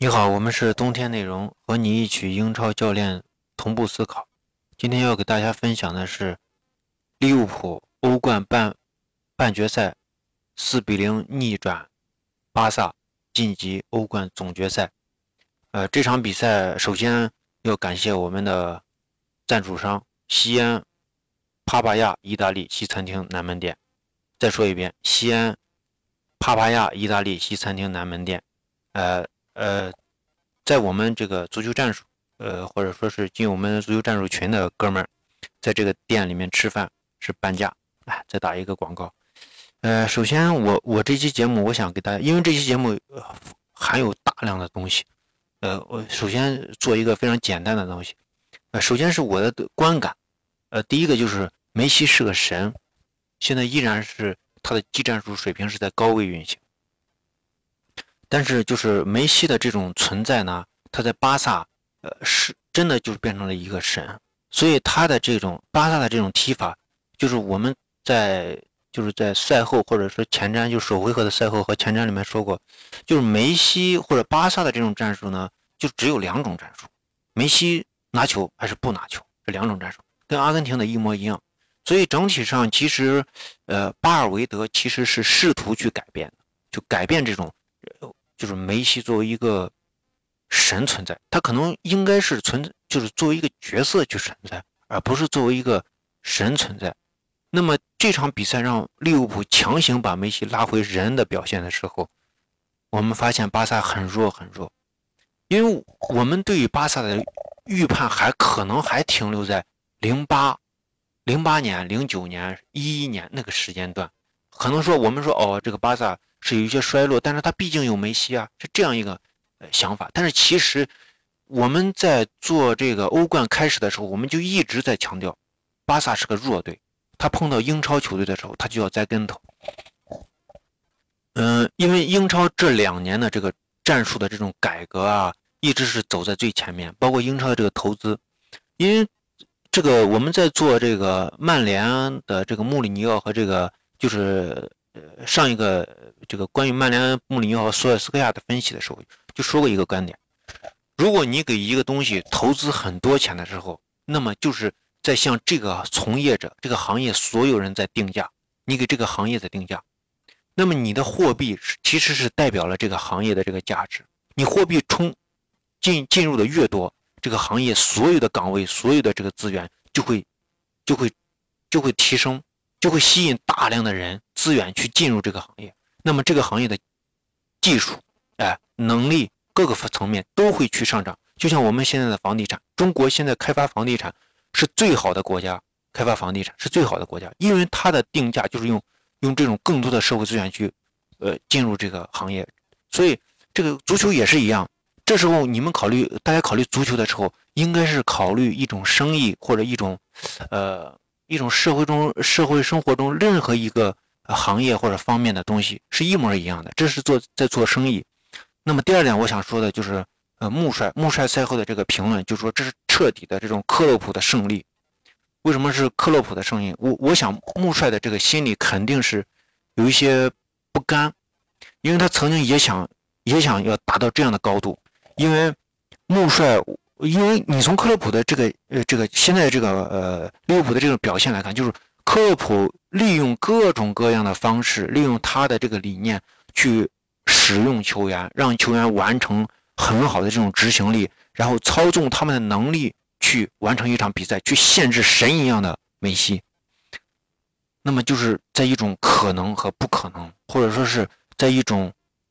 你好，我们是冬天内容，和你一起英超教练同步思考。今天要给大家分享的是利物浦欧冠半决赛4-0逆转巴萨，晋级欧冠总决赛。这场比赛首先要感谢我们的赞助商西安帕帕亚意大利西餐厅南门店。再说一遍，西安帕帕亚意大利西餐厅南门店。呃呃，在我们这个足球战术，或者说是进我们足球战术群的哥们儿，在这个店里面吃饭是半价。再打一个广告。首先我这期节目我想给大家，因为这期节目含有大量的东西，我首先做一个非常简单的东西。首先是我的观感，第一个就是梅西是个神，现在依然是他的技战术水平是在高位运行。但是就是梅西的这种存在呢，他在巴萨，是真的就是变成了一个神，所以他的这种巴萨的这种踢法，就是我们在赛后或者说前瞻，就首回合的赛后和前瞻里面说过，就是梅西或者巴萨的这种战术呢，就只有两种战术，梅西拿球还是不拿球，这两种战术，跟阿根廷的一模一样。所以整体上其实，巴尔韦德其实是试图去改变的，就改变这种。就是梅西作为一个神存在，他可能应该是就是作为一个角色去存在，而不是作为一个神存在。那么这场比赛让利物浦强行把梅西拉回人的表现的时候，我们发现巴萨很弱很弱，因为我们对于巴萨的预判可能还停留在08年、09年、11年那个时间段，可能说我们说这个巴萨是有一些衰落，但是他毕竟有梅西啊，是这样一个想法。但是其实我们在做这个欧冠开始的时候，我们就一直在强调，巴萨是个弱队，他碰到英超球队的时候，他就要栽跟头。因为英超这2年的这个战术的这种改革啊，一直是走在最前面，包括英超的这个投资。因为这个我们在做这个曼联的这个穆里尼奥和这个就是上一个这个关于曼联穆里尼奥和索尔斯克亚的分析的时候，就说过一个观点：如果你给一个东西投资很多钱的时候，那么就是在向这个从业者、这个行业所有人在定价，你给这个行业在定价。那么你的货币其实是代表了这个行业的这个价值，你货币进入的越多，这个行业所有的岗位、所有的这个资源就会就会提升，就会吸引大量的人资源去进入这个行业。那么这个行业的技术、能力各个层面都会去上涨。就像我们现在的房地产，中国现在开发房地产是最好的国家，开发房地产是最好的国家，因为它的定价就是用这种更多的社会资源去进入这个行业。所以这个足球也是一样，这时候大家考虑足球的时候，应该是考虑一种生意或者一种社会生活中任何一个行业或者方面的东西是一模一样的，这是在做生意。那么第二点我想说的就是穆帅赛后的这个评论，就说这是彻底的这种克洛普的胜利。为什么是克洛普的胜利？我想穆帅的这个心里肯定是有一些不甘，因为他曾经也想要达到这样的高度。因为穆帅，因为你从克洛普的这个现在这个利物浦的这个表现来看，就是克洛普利用各种各样的方式，利用他的这个理念去使用球员，让球员完成很好的这种执行力，然后操纵他们的能力去完成一场比赛，去限制神一样的梅西。那么就是在一种可能和不可能，或者说是在一种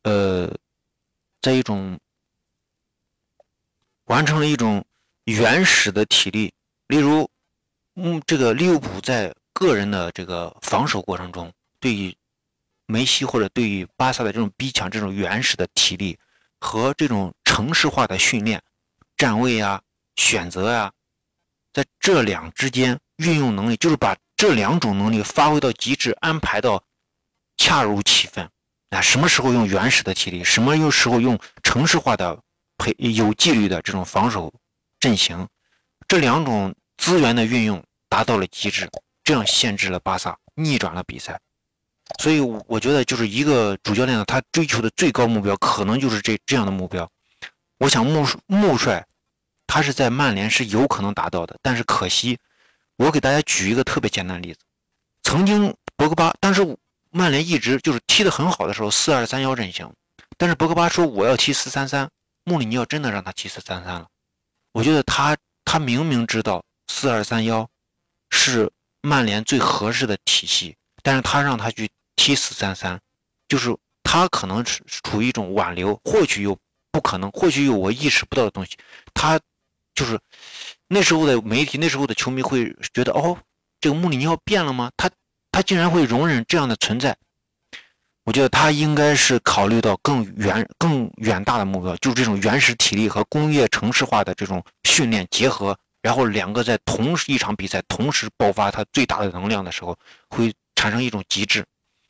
完成了一种原始的体力。例如这个利物浦在个人的这个防守过程中，对于梅西或者对于巴萨的这种逼抢，这种原始的体力和这种程式化的训练、站位啊、选择啊，在这两之间运用能力，就是把这两种能力发挥到极致，安排到恰如其分。什么时候用原始的体力，什么时候用程式化的有纪律的这种防守阵型，这两种资源的运用达到了极致，这样限制了巴萨，逆转了比赛。所以我觉得就是一个主教练他追求的最高目标可能就是这样的目标。 我想穆帅他是在曼联是有可能达到的，但是可惜，我给大家举一个特别简单的例子，曾经博格巴当时曼联一直就是踢得很好的时候4-2-3-1阵型，但是博格巴说我要踢4-3-3，穆里尼奥真的让他踢4-3-3了。我觉得他明明知道4-2-3-1是曼联最合适的体系，但是他让他去踢4-3-3，就是他可能是处于一种挽留，或许有不可能，或许有我意识不到的东西。他就是那时候的媒体，那时候的球迷会觉得，哦，这个穆里尼奥变了吗？他竟然会容忍这样的存在。我觉得他应该是考虑到更远大的目标，就是这种原始体力和工业城市化的这种训练结合，然后两个在同时一场比赛同时爆发他最大的能量的时候，会产生一种极致。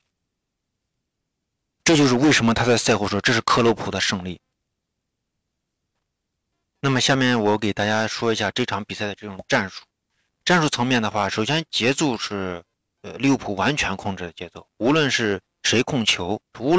这就是为什么他在赛后说这是克洛普的胜利。那么下面我给大家说一下这场比赛的这种战术。战术层面的话，首先节奏是利物浦完全控制的节奏，无论是谁控球，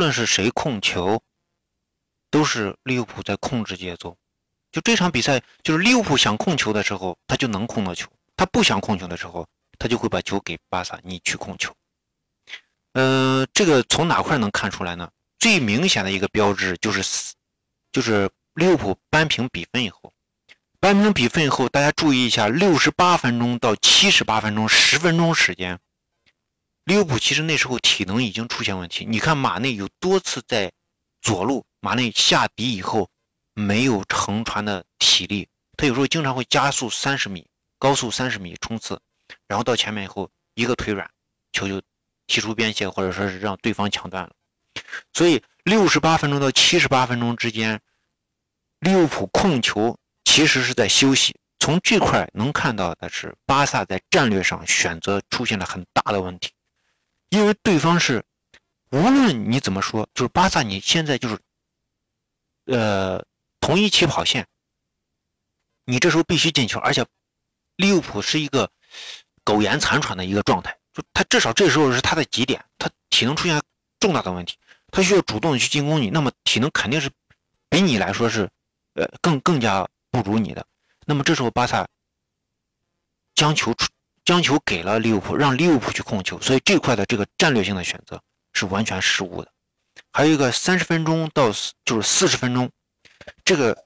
都是利物浦在控制节奏。就这场比赛，就是利物浦想控球的时候，他就能控到球；他不想控球的时候，他就会把球给巴萨，你去控球。这个从哪块能看出来呢？最明显的一个标志就是利物浦扳平比分以后，大家注意一下，68分钟到78分钟，10分钟时间，利物浦其实那时候体能已经出现问题。你看马内有多次在左路，马内下底以后没有横传的体力，他有时候经常会加速30米，高速30米冲刺，然后到前面以后一个腿软，球就踢出边线，或者说是让对方抢断了。所以68分钟到78分钟之间，利物浦控球其实是在休息。从这块能看到的是，巴萨在战略上选择出现了很大的问题，因为对方是无论你怎么说，就是巴萨你现在就是同一起跑线，你这时候必须进球，而且利物浦是一个苟延残喘的一个状态，就他至少这时候是他的极点，他体能出现重大的问题，他需要主动的去进攻你，那么体能肯定是比你来说是更加不如你的。那么这时候巴萨将球给了利物浦，让利物浦去控球，所以这块的这个战略性的选择是完全失误的。还有一个30分钟到就是40分钟，这个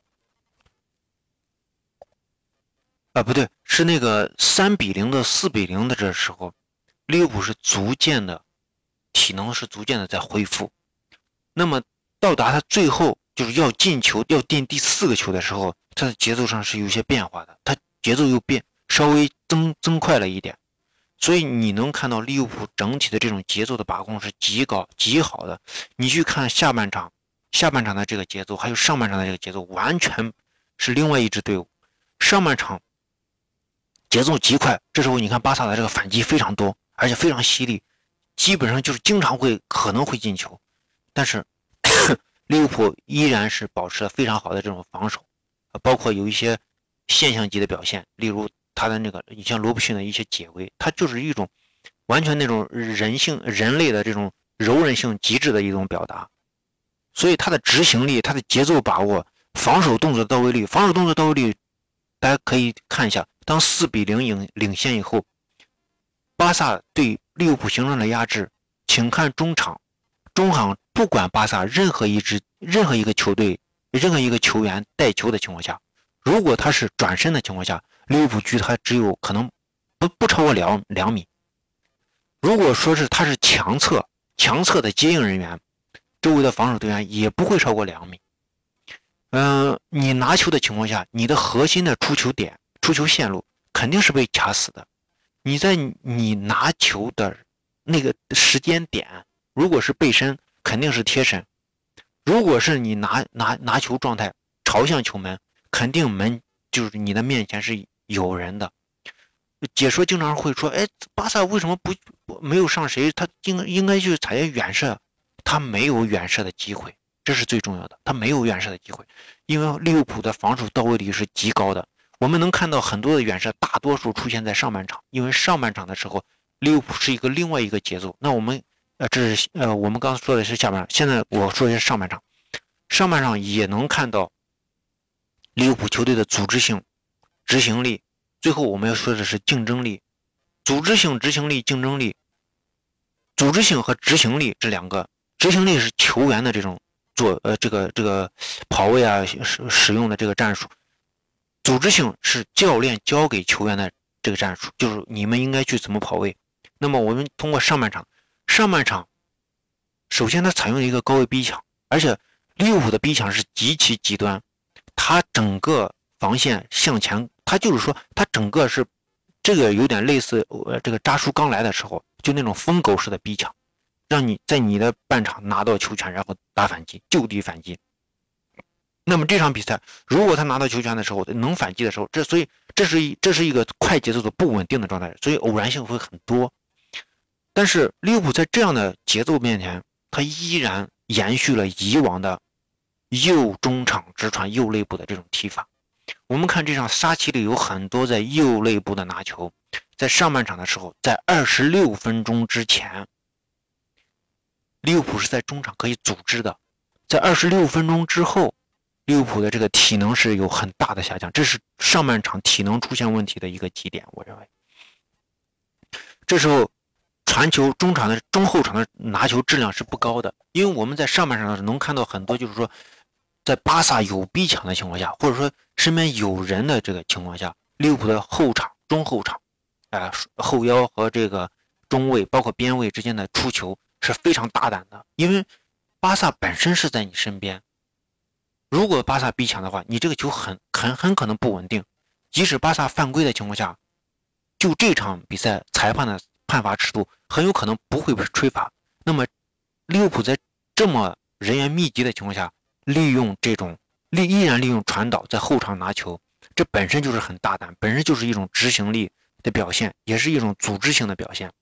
不对，是那个3-0的4-0的这时候，利物浦是逐渐的体能是逐渐的在恢复。那么到达他最后就是要进球要进第4个球的时候，他的节奏上是有些变化的，他节奏又稍微增快了一点。所以你能看到利物浦整体的这种节奏的把控是极高极好的。你去看下半场的这个节奏，还有上半场的这个节奏，完全是另外一支队伍。上半场节奏极快，这时候你看巴萨的这个反击非常多，而且非常犀利，基本上就是经常可能会进球，但是利物浦依然是保持了非常好的这种防守，包括有一些现象级的表现，例如他的那个，你像罗布逊的一些解围，他就是一种完全那种人类的这种柔韧性极致的一种表达。所以他的执行力，他的节奏把握，防守动作到位率，大家可以看一下，当4-0领先以后，巴萨对利物浦形成了压制，请看中场不管巴萨任何一个球队任何一个球员带球的情况下，如果他是转身的情况下，利物浦距他只有可能不超过2米。如果说是他是强侧的接应人员，周围的防守队员也不会超过2米。你拿球的情况下，你的核心的出球线路肯定是被卡死的。你在你拿球的那个时间点，如果是背身，肯定是贴身；如果是你拿球状态朝向球门，肯定门就是你的面前是有人的。解说经常会说，哎，巴萨为什么没有上谁？他应该去采取远射，他没有远射的机会，这是最重要的，他没有远射的机会，因为利物浦的防守到位率是极高的。我们能看到很多的远射，大多数出现在上半场，因为上半场的时候，利物浦是另外一个节奏。那我们这是我们刚刚说的是下半场，现在我说的是上半场，上半场也能看到利物浦球队的组织性、执行力，最后我们要说的是竞争力。组织性、执行力、竞争力。组织性和执行力这两个，执行力是球员的这种这个跑位啊使用的这个战术，组织性是教练教给球员的这个战术，就是你们应该去怎么跑位。那么我们通过上半场，首先它采用了一个高位逼抢，而且利物浦的逼抢是极其极端，它整个防线向前，它就是说它整个是这个有点类似这个扎叔刚来的时候就那种疯狗式的逼抢，让你在你的半场拿到球权，然后打反击，就地反击。那么这场比赛如果他拿到球权的时候能反击的时候，所以这是一个快节奏的不稳定的状态，所以偶然性会很多。但是利物浦在这样的节奏面前，他依然延续了以往的右中场直传右肋部的这种踢法。我们看这场杀气里有很多在右肋部的拿球，在上半场的时候，在26分钟之前，利物浦是在中场可以组织的，在26分钟之后，利物浦的这个体能是有很大的下降，这是上半场体能出现问题的一个基点，我认为。这时候传球中后场的拿球质量是不高的，因为我们在上半场能看到很多就是说在巴萨有逼抢的情况下，或者说身边有人的这个情况下，利物浦的后场、中后场，后腰和这个中卫包括边卫之间的出球是非常大胆的，因为巴萨本身是在你身边，如果巴萨逼抢的话，你这个球很可能不稳定，即使巴萨犯规的情况下，就这场比赛裁判的判罚尺度很有可能不会被吹罚。那么利物浦在这么人员密集的情况下，依然利用传导在后场拿球，这本身就是很大胆，本身就是一种执行力的表现，也是一种组织性的表现。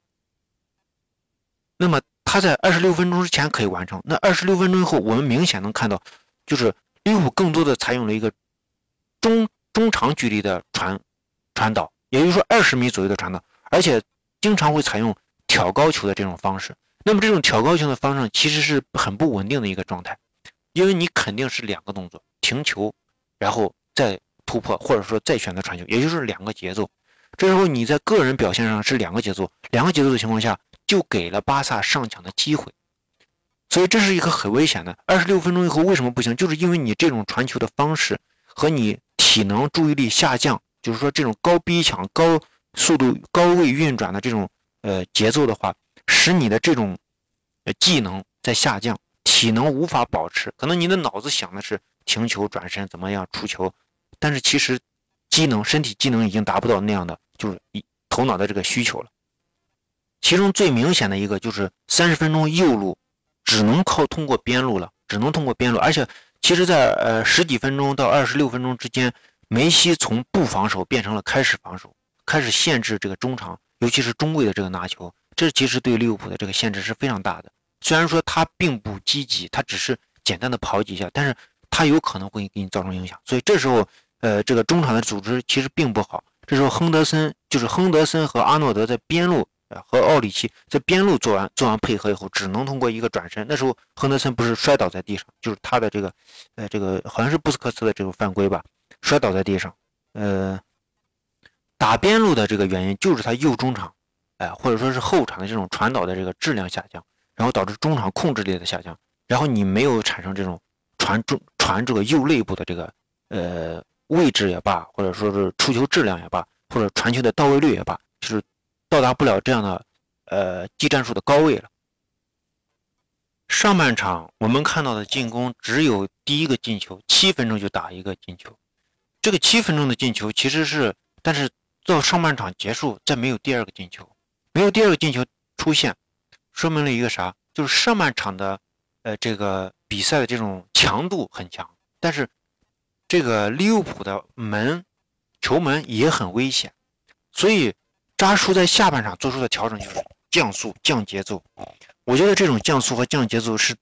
那么他在26分钟之前可以完成，那26分钟以后，我们明显能看到，就是利物浦更多的采用了一个中长距离的传导，也就是说20米左右的传导，而且经常会采用挑高球的这种方式。那么这种挑高球的方式其实是很不稳定的一个状态，因为你肯定是两个动作，停球，然后再突破，或者说再选择传球，也就是两个节奏。这时候你在个人表现上是两个节奏的情况下，就给了巴萨上抢的机会，所以这是一个很危险的。26分钟以后为什么不行？就是因为你这种传球的方式和你体能注意力下降，就是说这种高逼抢、高速度、高位运转的这种节奏的话，使你的这种技能在下降，体能无法保持。可能你的脑子想的是停球、转身怎么样出球，但是其实身体机能已经达不到那样的就是头脑的这个需求了。其中最明显的一个就是30分钟右路只能通过边路了，而且其实在10几分钟到26分钟之间，梅西从不防守变成了开始防守，开始限制这个中场，尤其是中卫的这个拿球，这其实对利物浦的这个限制是非常大的。虽然说他并不积极，他只是简单的跑几下，但是他有可能会给你造成影响，所以这时候这个中场的组织其实并不好。这时候亨德森和阿诺德在边路和奥里奇在边路做完配合以后，只能通过一个转身。那时候亨德森不是摔倒在地上，就是他的这个好像是布斯克茨的这个犯规吧，摔倒在地上。打边路的这个原因就是他右中场或者说是后场的这种传导的这个质量下降，然后导致中场控制力的下降，然后你没有产生这种传这个右肋部的这个位置也罢，或者说是出球质量也罢，或者传球的到位率也罢，就是到达不了这样的技战术的高位了。上半场我们看到的进攻只有第一个进球，7分钟就打一个进球，这个7分钟的进球其实是，但是到上半场结束再没有第二个进球，出现，说明了一个啥？就是上半场的这个比赛的这种强度很强，但是这个利物浦的球门也很危险，所以扎叔在下半场做出的调整就是降速降节奏。我觉得这种降速和降节奏是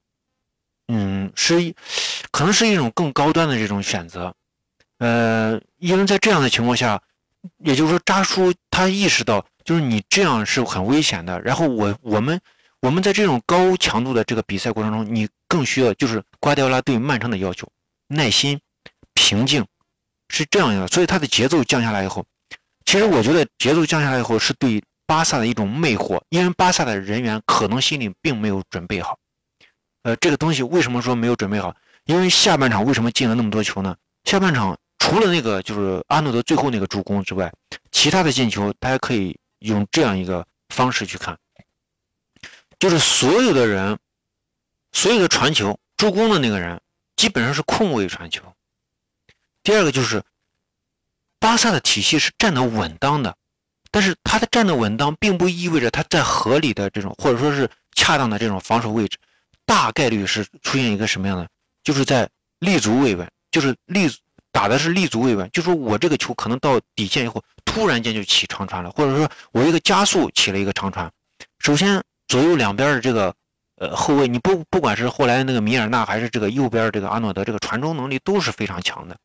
可能是一种更高端的这种选择。因为在这样的情况下，也就是说扎叔他意识到就是你这样是很危险的，然后我们在这种高强度的这个比赛过程中，你更需要就是瓜迪奥拉对曼城的要求，耐心、 平静，是这样一个，所以他的节奏降下来以后，其实我觉得节奏降下来以后是对巴萨的一种魅惑，因为巴萨的人员可能心里并没有准备好。这个东西为什么说没有准备好？因为下半场为什么进了那么多球呢？下半场除了那个就是阿诺德最后那个助攻之外，其他的进球大家可以用这样一个方式去看，就是所有的人，所有的传球助攻的那个人基本上是空位传球。第二个就是巴萨的体系是站得稳当的，但是他的站得稳当并不意味着他在合理的这种或者说是恰当的这种防守位置，大概率是出现一个什么样的，就是在立足未稳，就是打的是立足未稳，就说我这个球可能到底线以后突然间就起长传了，或者说我一个加速起了一个长传。首先左右两边的这个后卫，你不管是后来那个米尔纳还是这个右边这个阿诺德，这个传中能力都是非常强的。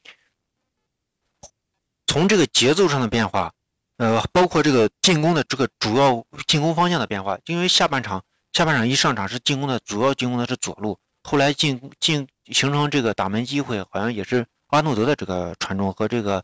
从这个节奏上的变化，包括这个进攻的这个主要进攻方向的变化，因为下半场一上场是主要进攻的是左路，后来形成这个打门机会，好像也是阿诺德的这个传中和这个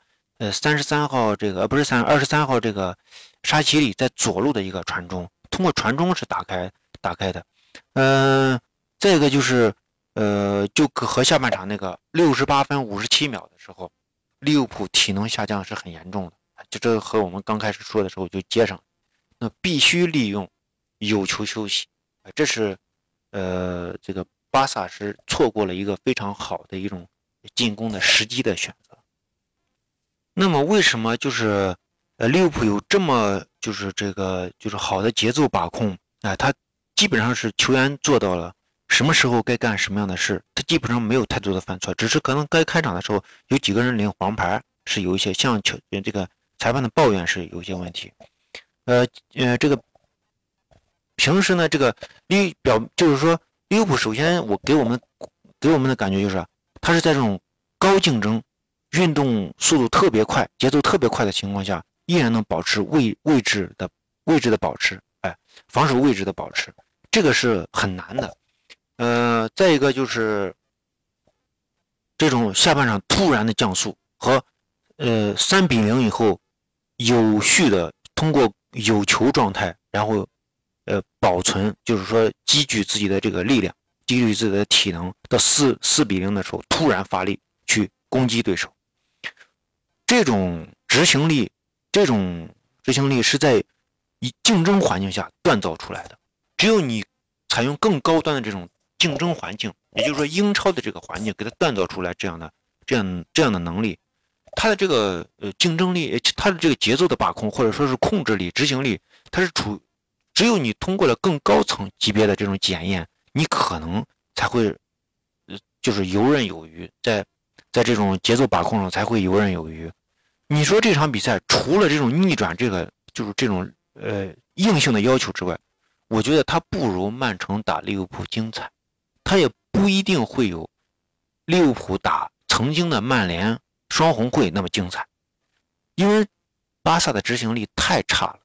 33号这个不是23号这个沙奇里在左路的一个传中，通过传中是打开的。再一个就是就和下半场那个68分57秒的时候，利物浦体能下降是很严重的，就这和我们刚开始说的时候就接上，那必须利用有球休息，这是这个巴萨是错过了一个非常好的一种进攻的时机的选择。那么为什么就是利物浦有这么就是好的节奏把控他基本上是球员做到了什么时候该干什么样的事，他基本上没有太多的犯错，只是可能该开场的时候有几个人领黄牌是有一些像这个裁判的抱怨是有一些问题。这个平时呢，这个就是说利物浦首先给我们的感觉就是他是在这种高竞争、运动速度特别快、节奏特别快的情况下，依然能保持位置的保持，防守位置的保持，这个是很难的。再一个就是这种下半场突然的降速和3-0以后有序的通过有球状态，然后保存，就是说积聚自己的这个力量，积聚自己的体能，到4-0的时候突然发力去攻击对手。这种执行力是在竞争环境下锻造出来的。只有你采用更高端的这种竞争环境，也就是说英超的这个环境，给它锻造出来这样的能力，它的这个竞争力，它的这个节奏的把控，或者说是控制力、执行力，它是只有你通过了更高层级别的这种检验，你可能才会就是游刃有余，在这种节奏把控上才会游刃有余。你说这场比赛除了这种逆转就是这种硬性的要求之外，我觉得它不如曼城打利物浦精彩，它也不一定会有利物浦打曾经的曼联双红会那么精彩，因为巴萨的执行力太差了。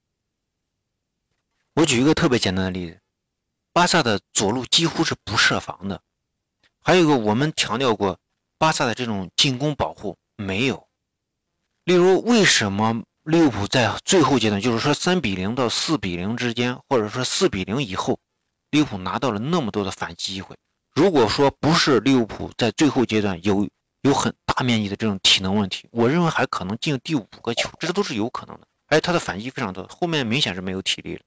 我举一个特别简单的例子，巴萨的左路几乎是不设防的，还有一个我们强调过，巴萨的这种进攻保护没有。例如为什么利物浦在最后阶段，就是说3-0到4-0之间，或者说4-0以后，利物浦拿到了那么多的反击机会。如果说不是利物浦在最后阶段有很大面积的这种体能问题，我认为还可能进第5个球，这都是有可能的。而且他的反击非常多，后面明显是没有体力了。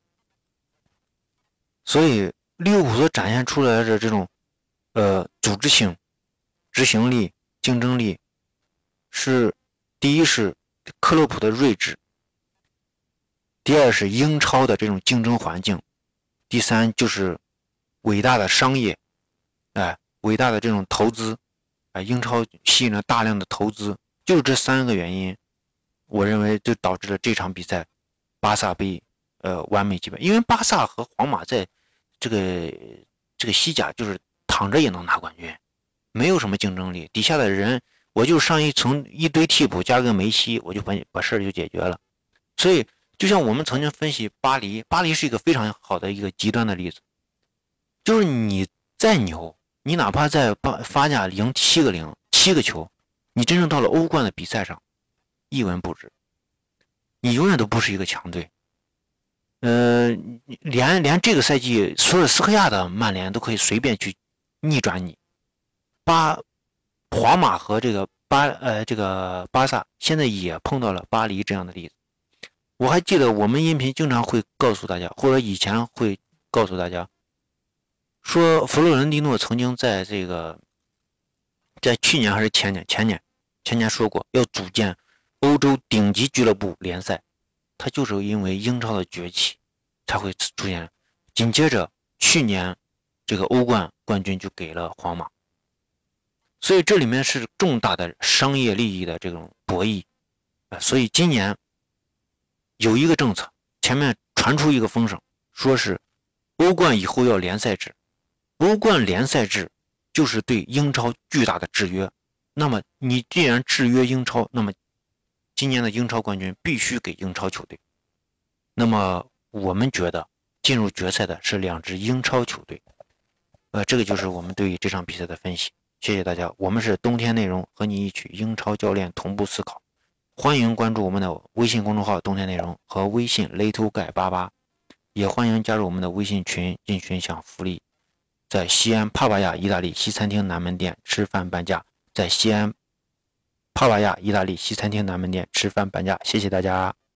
所以利物浦所展现出来的这种组织性、执行力、竞争力，是第一是克洛普的睿智，第二是英超的这种竞争环境，第三就是伟大的商业，伟大的这种投资，英超吸引了大量的投资，就是这3个原因，我认为就导致了这场比赛巴萨被完美击败。因为巴萨和皇马在这个西甲就是躺着也能拿冠军，没有什么竞争力，底下的人我就上一堆替补加个梅西，我就把事就解决了。所以就像我们曾经分析巴黎是一个非常好的一个极端的例子，就是你再牛，你哪怕在发甲赢7个球， 你真正到了欧冠的比赛上一文不值，你永远都不是一个强队。连这个赛季索尔斯克亚的曼联都可以随便去逆转你。皇马和这个巴萨现在也碰到了巴黎这样的例子。我还记得我们音频经常会告诉大家，或者以前会告诉大家，说弗洛伦蒂诺曾经在去年还是前年说过要组建欧洲顶级俱乐部联赛，他就是因为英超的崛起才会出现。紧接着去年这个欧冠冠军就给了皇马，所以这里面是重大的商业利益的这种博弈。所以今年有一个政策，前面传出一个风声，说是欧冠以后要联赛制。欧冠联赛制就是对英超巨大的制约。那么你既然制约英超，那么今年的英超冠军必须给英超球队。那么我们觉得进入决赛的是2支英超球队。这个就是我们对于这场比赛的分析。谢谢大家，我们是冬天内容，和你一起英超教练同步思考。欢迎关注我们的微信公众号冬天内容和微信 little guy88，也欢迎加入我们的微信群，进群享福利。在西安帕瓦亚意大利西餐厅南门店吃饭半价，在西安帕瓦亚意大利西餐厅南门店吃饭半价。谢谢大家。